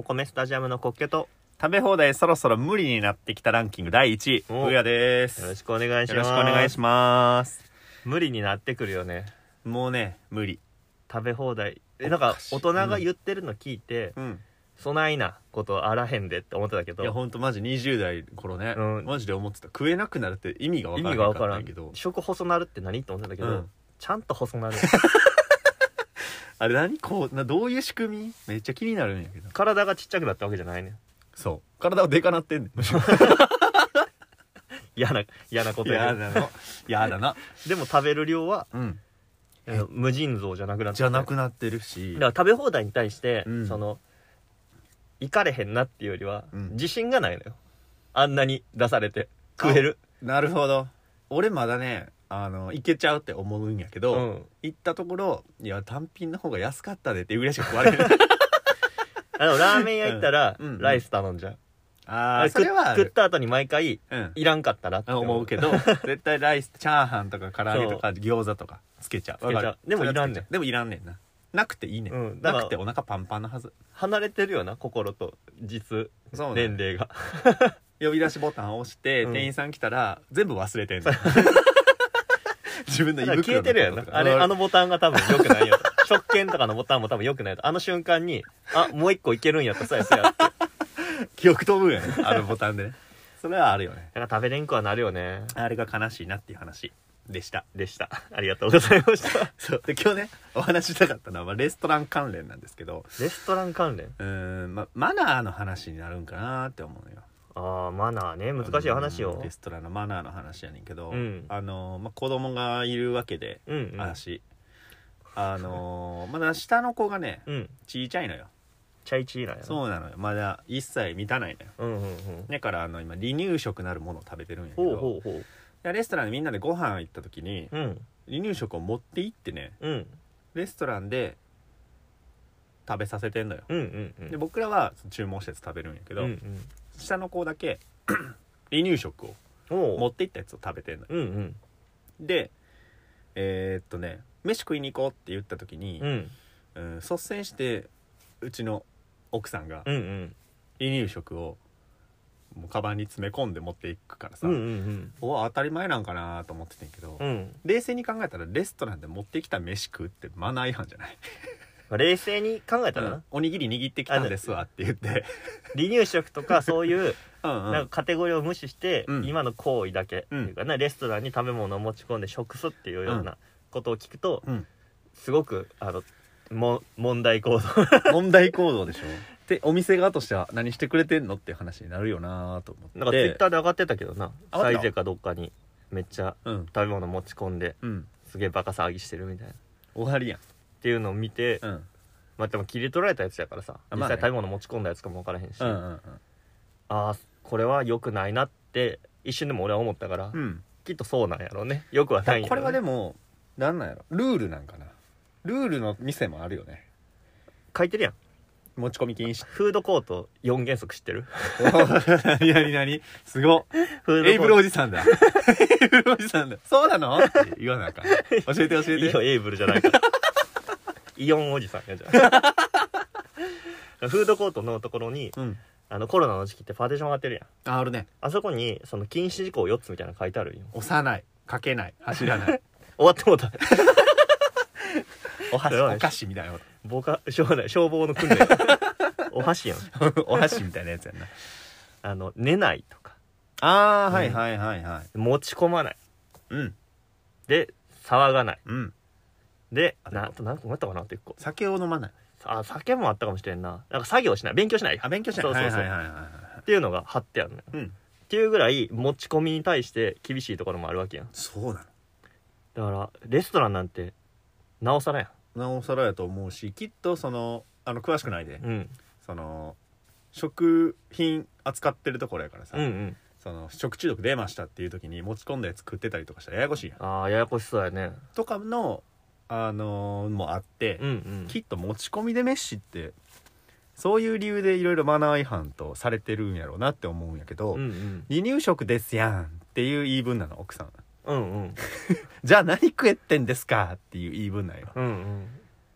米スタジアムの国家と食べ放題そろそろ無理になってきたランキング第1位ふうやですよろしくお願いします。 よろしくお願いします。 無理になってくるよね、 もうね無理。 食べ放題。なんか大人が言ってるの聞いて、そないなことあらへんでって思ってたけど、 いやほんとマジ20代頃ね、マジで思ってた。食えなくなるって意味が分からなかったんやけど、 食細なるって何って思ってたけど、ちゃんと細なるあれ何こうどういう仕組みめっちゃ気になるんやけど、 体がちっちゃくなったわけじゃないねん。 そう体はでかなってんねん嫌なことやだなでも食べる量は、無尽蔵じゃなくなってるし、 だから食べ放題に対して、 その行かれへんなっていうよりは、自信がないのよ。あんなに出されて食える。 なるほど。俺まだねいけちゃうって思うんやけど、行ったところいや単品の方が安かったでっていうぐらいしか食われへんラーメン屋行ったら、ライス頼んじゃう。 それは食った後に毎回、いらんかったらって思うけど絶対ライスチャーハンとか唐揚げとか餃子とかつけちゃう。 でもいらんねん。 でもいらんねんな。なくていいねん、なくてお腹パンパンのはず。 離れてるよな、心と実年齢が呼び出しボタンを押して、店員さん来たら全部忘れてんの自分の胃袋の消えてるやんな。あのボタンが多分良くないよ食券とかのボタンも多分良くない。あの瞬間にもう一個いけるんやったらそうやって記憶飛ぶやんあのボタンでねそれはあるよね。 だから食べれんくはなるよね。 あれが悲しいなっていう話でした。 ありがとうございましたそうで今日ねお話ししたかったのは、レストラン関連なんですけど、 レストラン関連マナーの話になるんかなって思うのよ。 マナーね、難しい話よ。 レストランのマナーの話やねんけど、子供がいるわけで、私まだ下の子がね、ちいちゃいのよ。 チャイチーなんや。 そうなのよ、まだ1歳満たないのよ。だから今離乳食なるものを食べてるんやけど、レストランでみんなでご飯行った時に、離乳食を持って行ってね、レストランで食べさせてんのよ。で僕らは注文したやつ食べるんやけど、下の子だけ離乳食を持って行ったやつを食べてんのよ。で飯食いに行こうって言った時に、率先してうちの奥さんが離乳食をもうカバンに詰め込んで持っていくからさ、当たり前なんかなと思ってたんやけど、冷静に考えたらレストランで持ってきた飯食うってマナー違反じゃない冷静に考えたらな、 おにぎり握ってきたんですわって言って離乳食とかそういうなんかカテゴリーを無視して、今の行為だけっていうかね、レストランに食べ物を持ち込んで食すっていうようなことを聞くと、すごく問題行動問題行動でしょ。でお店側としては何してくれてんのっていう話になるよなと思って、 なんかツイッターで上がってたけどな、サイゼかどっかにめっちゃ食べ物持ち込んで、すげえバカ騒ぎしてるみたいな終わりやんっていうのを見て、でも切り取られたやつやからさ、実際食べ物持ち込んだやつかも分からへんし、これは良くないなって一瞬でも俺は思ったから、きっとそうなんやろうね。よくはないんやろうね。 これはでもなんなんやろ、ルールなんかな。ルールの店もあるよね。 書いてるやん、 持ち込み禁止。 フードコート4原則知ってる何すごっエイブルおじさんだエイブルおじさんだそうなのって言わなあかん。教えていいよ、エイブルじゃないからイオンおじさんやじゃんフードコートのところに、コロナの時期ってパーテーション上がってるやん。 あるね。 あそこにその禁止事項4つみたいなの書いてあるよ。 押さない、かけない、走らない終わってもうたお菓子みたいな消防の訓練お箸やんお箸みたいなやつやんな。 寝ないとか、 はい持ち込まない、で騒がない、で何個もあったかなって1個。 酒を飲まない。 酒もあったかもしれんな。なんか作業しない、勉強しない。 勉強しない。 そうっていうのが貼ってあるのよ。っていうぐらい持ち込みに対して厳しいところもあるわけやん。 そうなの。 だからレストランなんてなおさらやん。 なおさらやと思うし、きっと詳しくないで、食品扱ってるところやからさ、食中毒出ましたっていう時に持ち込んだやつ食ってたりとかしたらややこしいやん。 ややこしそうやね。 とかのもあって、きっと持ち込みで飯ってそういう理由でいろいろマナー違反とされてるんやろうなって思うんやけど、離乳食ですやんっていう言い分なの奥さん。じゃあ何食えってんですかっていう言い分なんよ。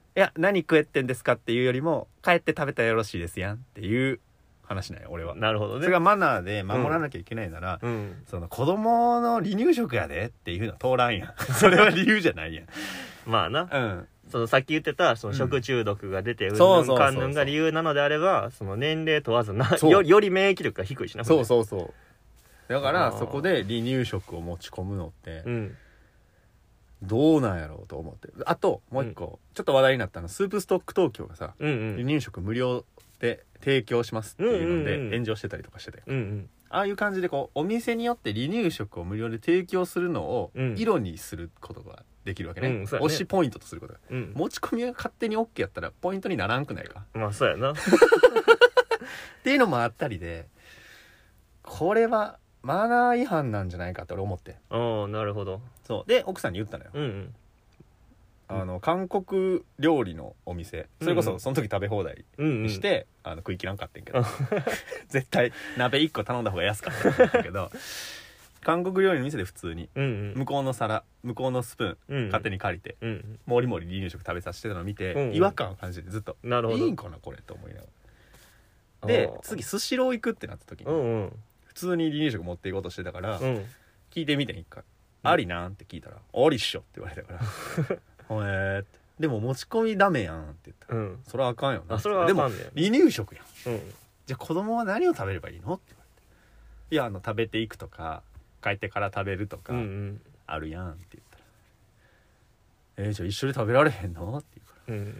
いや何食えってんですかっていうよりも帰って食べたらよろしいですやんっていう話なんよ俺は。 なるほどね。 それがマナーで守らなきゃいけないなら、その子供の離乳食やでっていうのは通らんやんそれは理由じゃないやんまあな、そのさっき言ってたその食中毒が出てうんぬんかんぬんが理由なのであれば、その年齢問わずより免疫力が低いしな。 そうだからそこで離乳食を持ち込むのって、どうなんやろうと思って。あともう一個、ちょっと話題になったのスープストック東京がさ、離乳食無料で提供しますっていうので炎上してたりとかしてて、ああいう感じでこうお店によって離乳食を無料で提供するのを色にすることができるわけね、推しポイントとすることが、持ち込みが勝手に OK やったらポイントにならんくないか。 まあそうやなっていうのもあったりで、これはマナー違反なんじゃないかって俺思って。 ああなるほど。 そうで奥さんに言ったのよ、韓国料理のお店、それこそその時食べ放題にして、食い切らんかってんけど絶対鍋1個頼んだ方が安かったんだけど韓国料理の店で普通に、向こうの皿向こうのスプーン、勝手に借りて、もりもり離乳食食べさせてたのを見て、違和感を感じてずっとなるほどいいんかなこれと思いながら。で次スシロー行くってなった時に、普通に離乳食持っていこうとしてたから、聞いてみてん一回、ありなんって聞いたら、ありっしょって言われたからへえって。でも持ち込みダメやんって言ったら、それはあかんよな。 それはあかんね。 でも離乳食やん、じゃあ子供は何を食べればいいのって言われて、いや食べていくとか帰ってから食べるとかあるやんって言ったら、じゃあ一緒に食べられへんのって言うから、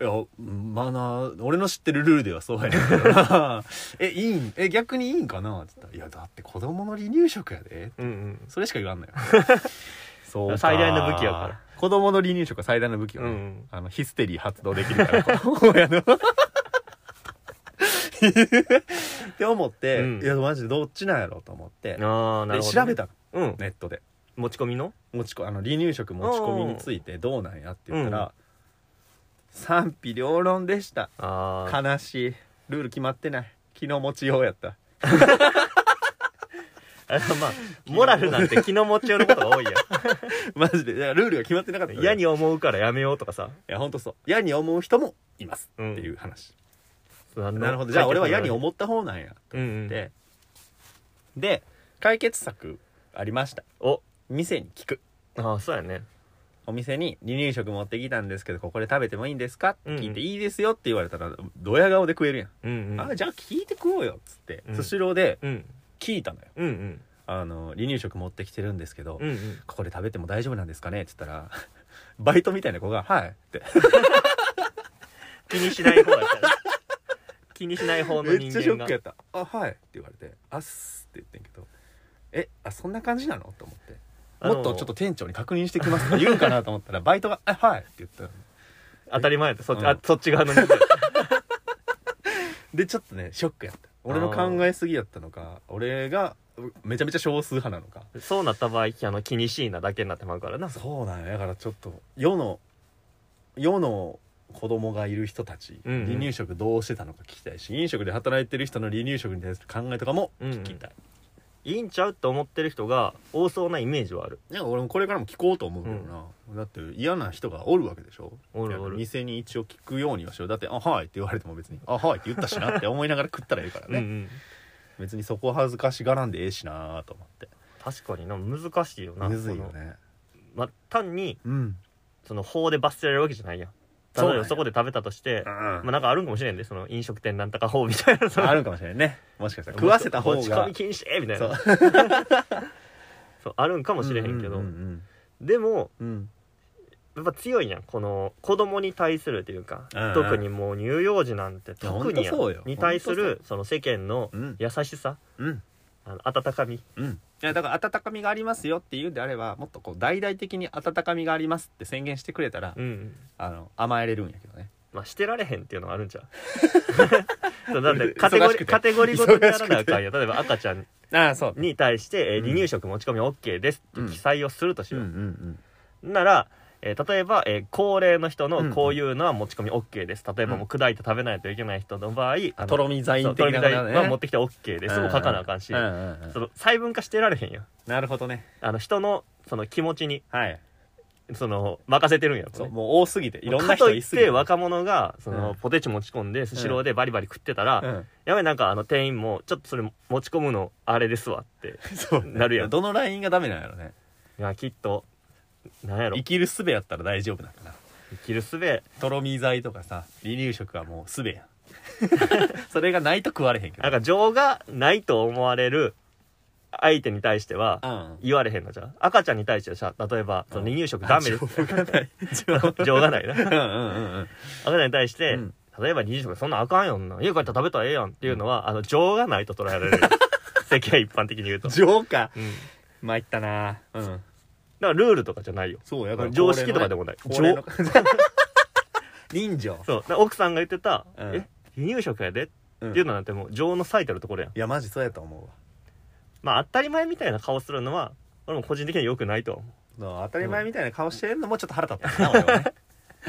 いやマナー俺の知ってるルールではそうやねんけどな逆にいいんかなって言ったら、いやだって子供の離乳食やで、それしか言わんのよそう最大の武器やから、 子供の離乳食は最大の武器をね、ヒステリー発動できるから親のって思って、いやマジでどっちなんやろうと思って、で調べたの、ネットで持ち込みの離乳食持ち込みについてどうなんやって言ったら、賛否両論でした。悲しい。ルール決まってない。気の持ちようやったまあモラルなんて気の持ちようのことが多いやんマジでルールが決まってなかった。 嫌に思うからやめようとかさ。 いやほんとそう、嫌に思う人もいますっていう話、なるほど、じゃあ俺は嫌に思った方なんやと思って、で解決策ありました。店に聞く。 そうやね。 お店に離乳食持ってきたんですけどここで食べてもいいんですかって聞いて、いいですよって言われたらドヤ顔で食えるやん、じゃあ聞いて食おうよっつって、スシローで聞いたのよ、離乳食持ってきてるんですけど、ここで食べても大丈夫なんですかねって言ったらバイトみたいな子がはいって気にしない方だったら気にしない方の人間がめっちゃショックやった。はいって言われて、あっすって言ってんけど、そんな感じなのと思って、もっとちょっと店長に確認してきますとか言うかなと思ったらバイトがはいって言ったら、 当たり前やったそっち側の人間でちょっとねショックやった。俺の考えすぎやったのか、俺がめちゃめちゃ少数派なのか。 そうなった場合気にしいなだけになってまうからな。 そうなんや。だからちょっと世の子供がいる人たち、離乳食どうしてたのか聞きたいし、飲食で働いてる人の離乳食に対する考えとかも聞きたい、 いいんちゃうって思ってる人が多そうなイメージはある。 いや俺もこれからも聞こうと思うけどな、だって嫌な人がおるわけでしょ。 おる店に一応聞くようにはしよう。だってはいって言われても別にはいって言ったしなって思いながら食ったらいいからね別にそこ恥ずかしがらんでええしなと思って。 確かにな、難しいよな。 むずいよね。 単に、その法で罰せられるわけじゃないやん。例えばそこで食べたとして、なんかあるんかもしれんで、その飲食店なんとか法みたいなあるかもしれんね。もしかしたら食わせた方が持ち込み禁止みたいなそうあるんかもしれへんけど、でも、やっぱ強いやん、この子供に対するというか、特にもう乳幼児なんて特にに対するその世間の優しさ、温かみ、 いやだから温かみがありますよっていうんであれば、もっとこう大々的に温かみがありますって宣言してくれたら、甘えれるんやけどね。 まあしてられへんっていうのはあるんちゃうなんでカテゴリーごとにやらなあかんよ。例えば赤ちゃんに対して、離乳食持ち込み OK ですって記載をするとしよう、なら例えば、高齢の人のこういうのは持ち込み OK です。例えばもう砕いて食べないといけない人の場合、 とろみ剤的なのは持ってきて OK です。そう書かなあかんし、その細分化してられへんよ。 なるほどね。 人のその気持ちにその任せてるんやろ、ね、 そうもう多すぎていろんな人いすぎてかといって若者がその、ポテチ持ち込んでスシローでバリバリ食ってたら、やばいなんか店員もちょっとそれ持ち込むのあれですわってなるやんどのラインがダメなんやろね。 いやきっとなんやろ生きる術やったら大丈夫なんかな。 生きる術とろみ剤とかさ離乳食はもう術やんそれがないと食われへんけどなんか情がないと思われる相手に対しては言われへんのじゃん。赤ちゃんに対してはさ例えばその離乳食ダメです情がないな赤ちゃんに対して、例えば離乳食そんなあかんよんな家帰ったら食べたらええやんっていうのは、情がないと捉えられる世間一般的に言うと情か、参ったな。だからルールとかじゃないよ。 そうやから常識とかでもない。 人情。 そう奥さんが言ってた、離乳食やでっていうのなんてもう情の最たるところやん。 いやマジそうやと思うわ。 まあ当たり前みたいな顔するのは俺も個人的には良くないと思う。当たり前みたいな顔してるのもちょっと腹立ったな、俺はね。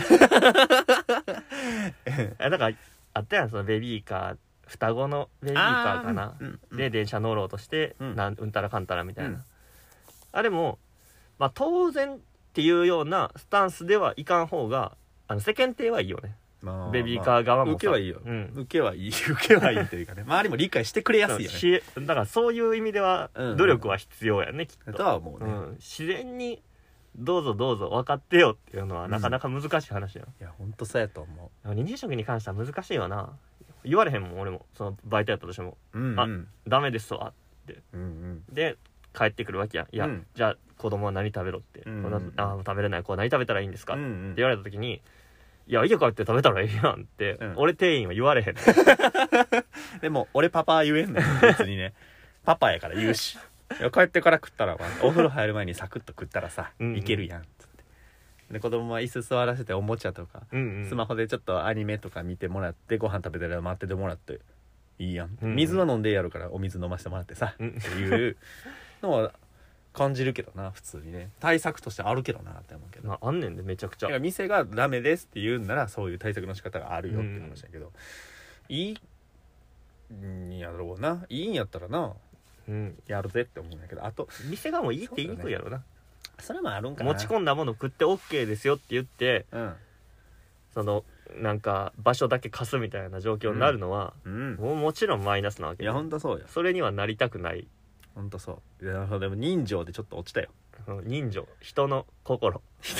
だからあったやんそのベビーカー双子のベビーカーかな、で電車乗ろうとして、うんたらかんたらみたいな、あれもまあ当然っていうようなスタンスではいかん方が世間体はいいよね。ベビーカー側もさ、 受けはいいよ、受けはいいというかね周りも理解してくれやすいよね。 だからそういう意味では努力は必要やね、きっと。 とは思うね、 自然にどうぞどうぞ分かってよっていうのはなかなか難しい話や、 いやほんとそうやと思う。離乳食に関しては難しいよな。言われへんもん俺もそのバイトやったとしても、ダメですわって、で帰ってくるわけや。いや、じゃあ子供は何食べろって、食べれない子は何食べたらいいんですか、って言われた時にいや家帰って食べたらええやんって、俺店員は言われへんでも俺パパ言えんのよ別にねパパやから言うしいや帰ってから食ったらお風呂入る前にサクッと食ったらさいけるやんっつってで子供は椅子座らせておもちゃとか、スマホでちょっとアニメとか見てもらってご飯食べたら待っててもらっていいやん、水は飲んでやるからお水飲ませてもらってさ、っていうのは感じるけどな。普通にね対策としてあるけどなって思うけど、 あんねんでめちゃくちゃ。 店がダメですって言うんならそういう対策の仕方があるよって話だけど、いいんやろうな。いいんやったらな、やるぜって思うんだけど、あと店がもういいって言いにくいやろな。 それもあるんかな。 持ち込んだもの食って OK ですよって言って、そのなんか場所だけ貸すみたいな状況になるのは、もちろんマイナスなわけ。 いやほんとそうよ。 それにはなりたくない。 ほんとそう。いやでも人情でちょっと落ちたよ。 人情、人の心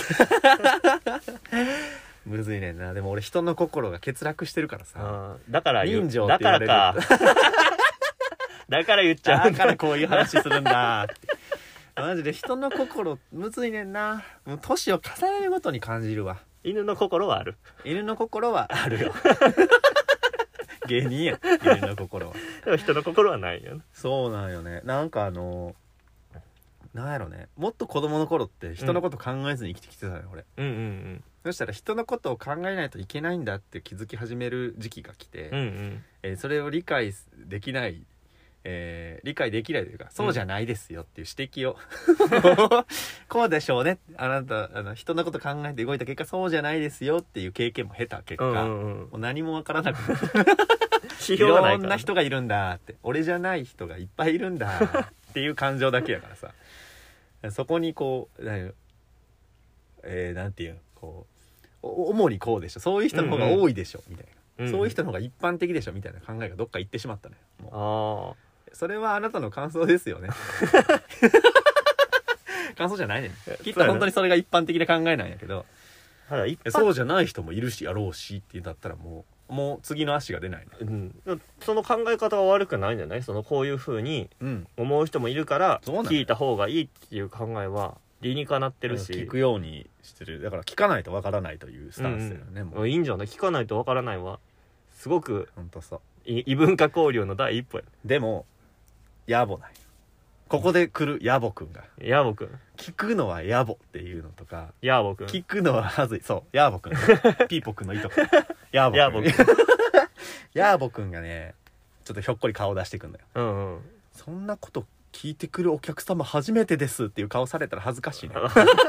むずいねんな。でも俺人の心が欠落してるからさ、 だから人情って言われる。 だからかだから言っちゃう。 だからこういう話するんだってマジで人の心むずいねんな。もう年を重ねるごとに感じるわ。 犬の心はある。 犬の心はあるよ芸人や犬の心は。 でも人の心はないよね。 そうなんよね。なんかなんやろね、もっと子供の頃って人のこと考えずに生きてきてたのよ、俺。そしたら人のことを考えないといけないんだって気づき始める時期が来て、それを理解できない、理解できないというか、そうじゃないですよっていう指摘をこうでしょうね、あなた人のこと考えて動いた結果そうじゃないですよっていう経験も経た結果、もう何もわからなくなっていろんな人がいるんだって、俺じゃない人がいっぱいいるんだっていう感情だけやからさそこにこうなんていうこう主にこうでしょ、そういう人の方が多いでしょ、みたいな、そういう人の方が一般的でしょみたいな考えがどっか行ってしまったのよ。もうそれはあなたの感想ですよね感想じゃないねん。きっと本当にそれが一般的な考えなんやけど、そうじゃない人もいるしやろうしってだったらもう次の足が出ないね、 その考え方は悪くないんじゃない。そのこういう風に思う人もいるから聞いた方がいいっていう考えは理にかなってるし、 聞くようにしてる。だから聞かないとわからないというスタンスだよね、もういいんじゃない。聞かないとわからないはすごく本当そう、 異文化交流の第一歩や。 でも野暮ない。ここで来る野暮くんが、 野暮くん聞くのは野暮っていうのとか、 野暮くん聞くのははずい。そう野暮くんピーポくんのいとこ野暮くん野暮くんがねちょっとひょっこり顔出してくんだよ、そんなこと聞いてくるお客様初めてですっていう顔されたら恥ずかしいね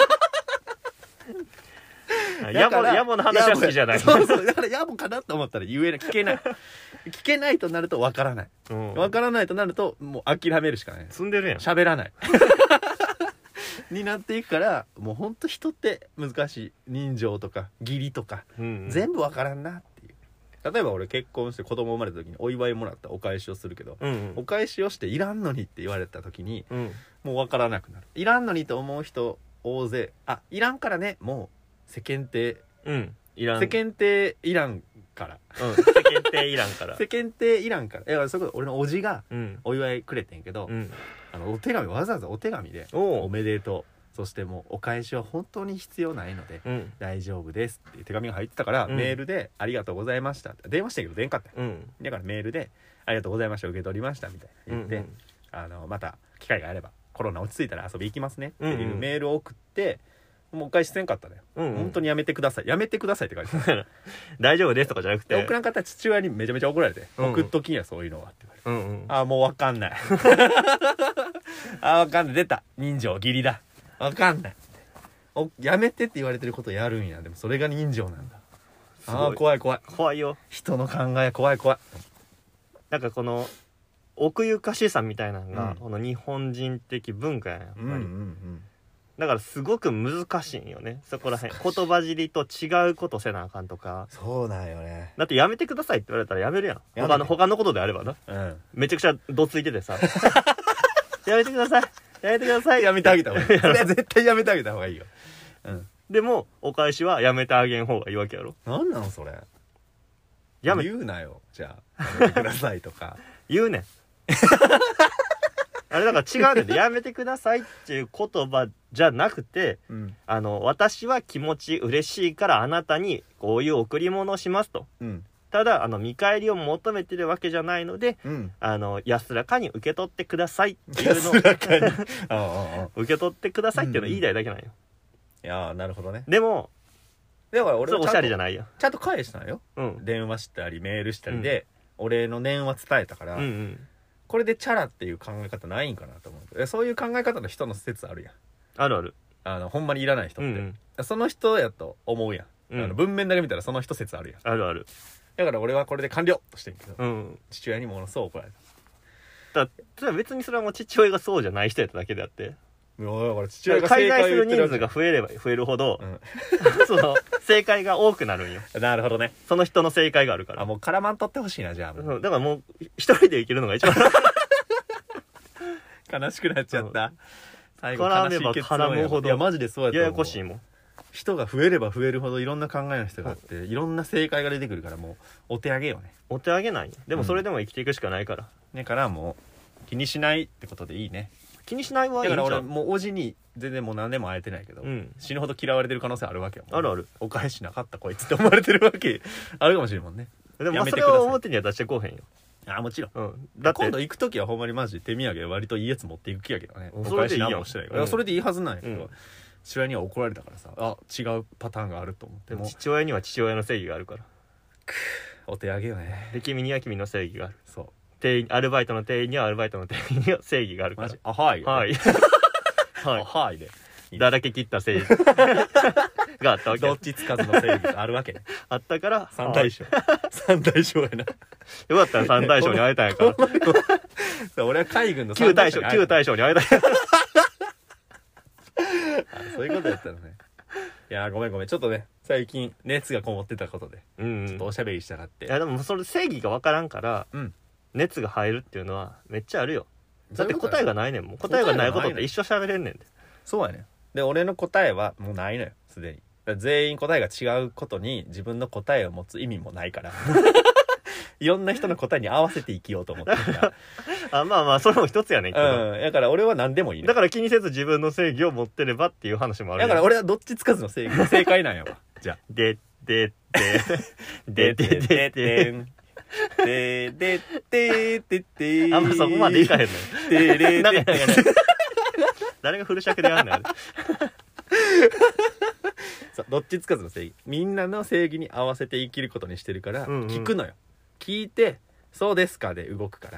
野暮の話は好きじゃない。 そうだから野暮かなと思ったら言えない、聞けないとなると分からない、分からないとなるともう諦めるしかない。 積んでるやん。 喋らないになっていくから、もうほんと人って難しい。人情とか義理とか、全部わからんなっていう。例えば俺結婚して子供生まれた時にお祝いもらったお返しをするけど、お返しをしていらんのにって言われた時に、もうわからなくなる。いらんのにと思う人大勢。いらんからね。もう世間体、世間体いらんから、 世間体いらんから世間体いらんから。そこ俺のおじがお祝いくれてんけど、お手紙、わざわざお手紙でおめでとう、そしてもうお返しは本当に必要ないので、大丈夫ですっていう手紙が入ってたから、メールでありがとうございましたって、電話したけど出んかった、だからメールでありがとうございました、受け取りましたみたいな言って、また機会があればコロナ落ち着いたら遊び行きますねっていうメールを送って、もうお返しせんかったのよ、本当にやめてください、やめてくださいって書いてた大丈夫ですとかじゃなくて、 送らんかったら父親にめちゃめちゃ怒られて、送っときんやそういうのはって言われて、もう分かんない分かんない、出た人情義理だ、分かんない、やめてって言われてることやるんや、でもそれが人情なんだ。怖い怖い怖いよ、 人の考え怖い怖い。 なんかこの奥ゆかしさみたいなのが、この日本人的文化やんやっぱり、だからすごく難しいんよね、そこら辺言葉尻と違うことせなあかんとか。 そうなんよね。 だってやめてくださいって言われたらやめるやん、他のことであればな、めちゃくちゃどついててさやめてくださいやめてください、 やめてあげた方がいいそれは絶対やめてあげた方がいいよ。 でもお返しはやめてあげん方がいいわけやろ。 なんなのそれ、言うなよじゃあ、やめてくださいとか言うねんあれだから違うねんで、やめてくださいっていう言葉じゃなくて、私は気持ち嬉しいからあなたにこういう贈り物をしますと、ただ見返りを求めてるわけじゃないので、安らかに受け取ってくださいっていうのを受け取ってくださいっていうのを言いたいだけなんよ。 いやなるほどね。 でも俺はおしゃれじゃないよ、 ちゃんと返したのよ、電話したりメールしたりで、俺の念は伝えたから、これでチャラっていう考え方ないんかなと思う。そういう考え方の人の説あるやん。 あるある。ほんまにいらない人って、その人やと思うやん、文面だけ見たらその人説あるやん。 あるある。 だから俺はこれで完了としてんけど、父親にものすごく怒られた。だ別にそれはもう父親がそうじゃない人やっただけであって、 だから父親が介在する人数が増えれば増えるほど、その正解が多くなるんよ。 なるほどね。 その人の正解があるから。 もう絡まんとってほしいな、じゃあ。 だからもう一人で生きるのが一番悲しくなっちゃった。 最後絡めば絡むほど、 いやマジでそうやと思う。 ややこしいもん。 人が増えれば増えるほどいろんな考えの人があって、いろんな正解が出てくるから、もうお手上げよね。 お手上げない。でもそれでも生きていくしかないから。 だからもう気にしないってことでいいね。 気にしないはいいんじゃん。 だから俺もうおじに全然もう何年も会えてないけど、死ぬほど嫌われてる可能性あるわけよ。 あるある。 お返しなかったこいつって思われてるわけあるかもしれんもんね。 でもそれを表には出してこうへんよ。 もちろん、だって今度行く時はほんまにマジ手土産割といいやつ持っていく気やけどね。お返し何もしてないから、それでいいはずなんやけど、父親には怒られたからさ、違うパターンがあると思って。 も父親には父親の正義があるから。 お手上げよね。 で君には君の正義がある。 そう。 アルバイトの店員にはアルバイトの店員には正義があるから。 マジはいはいはいでだらけ切った正義があったわけ。 どっちつかずの正義があるわけね。 あったから三大将やな。 よかったら三大将に会えたんやから俺は海軍の旧大将に会えたんやそういうことやったのね。いやごめんちょっとね、最近熱がこもってたことで、ちょっとおしゃべりしたがって。 いやでもそれ正義が分からんから、熱が入るっていうのはめっちゃあるよ。だって答えがないねんもん。答えがないことって一生喋れんねんで。 そうやね。で俺の答えはもうないのよ、すでに。全員答えが違うことに自分の答えを持つ意味もないからいろんな人の答えに合わせて生きようと思ってるからまあそれも一つやねんけど、 だから俺は何でもいいね。 だから気にせず自分の正義を持ってればっていう話もある。 だから俺はどっちつかずの正解なんやわ。じゃあでであんまそこまでいかへんのよ。誰がフル尺でやんねんあれどっちつかずの正義、みんなの正義に合わせて生きることにしてるから、聞くのよ。聞いてそうですかで動くから、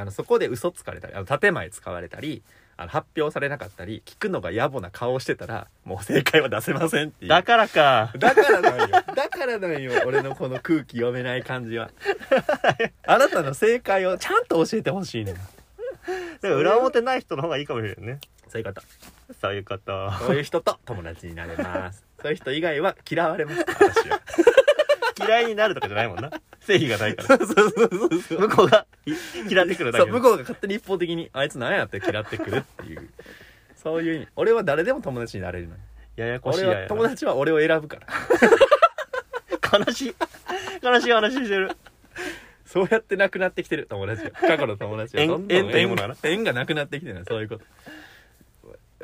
そこで嘘つかれたり建前使われたり発表されなかったり、聞くのが野暮な顔をしてたらもう正解は出せませんっていう。 だからなんよ俺のこの空気読めない感じはあなたの正解をちゃんと教えてほしいねん。 でも裏表ない人の方がいいかもしれないね。 そういう方そういう方そういう人と友達になれますそういう人以外は嫌われます私は嫌いになるとかじゃないもんな。正義がないから向こうが嫌ってくるだけ。 そう向こうが勝手に一方的にあいつ何やって嫌ってくるっていうそういう意味。俺は誰でも友達になれるのに。 ややこしい俺は友達は俺を選ぶから悲しい話してる。 そうやってなくなってきてる友達が。過去の友達がどんどん縁というものがな縁がなくなってきてる。そういうこと。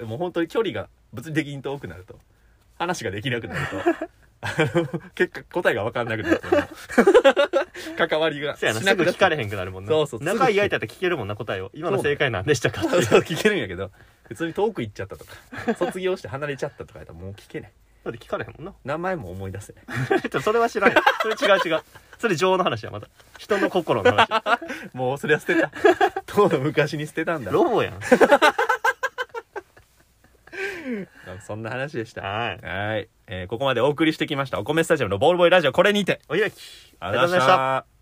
もう本当に距離が物理的に遠くなると話ができなくなると結果答えが分かんなくなると関わりがしなくなってすぐ聞かれへんくなるもんな。 そうそう仲いい相手だって聞けるもんな答えを。今の正解なんでしたかってそう聞けるんやけど普通に遠く行っちゃったとか卒業して離れちゃったとかやったらもう聞けない。 だって聞かれへんもんな。 名前も思い出せないそれは知らんよ。それ違うそれ情の話や。また人の心の話もうそれは捨てたとうとう昔に捨てたんだ。 ロボやんそんな話でした。 はい、 ここまでお送りしてきましたお米スタジアムのボールボーイラジオ、これにてお開き。 ありがとうございました。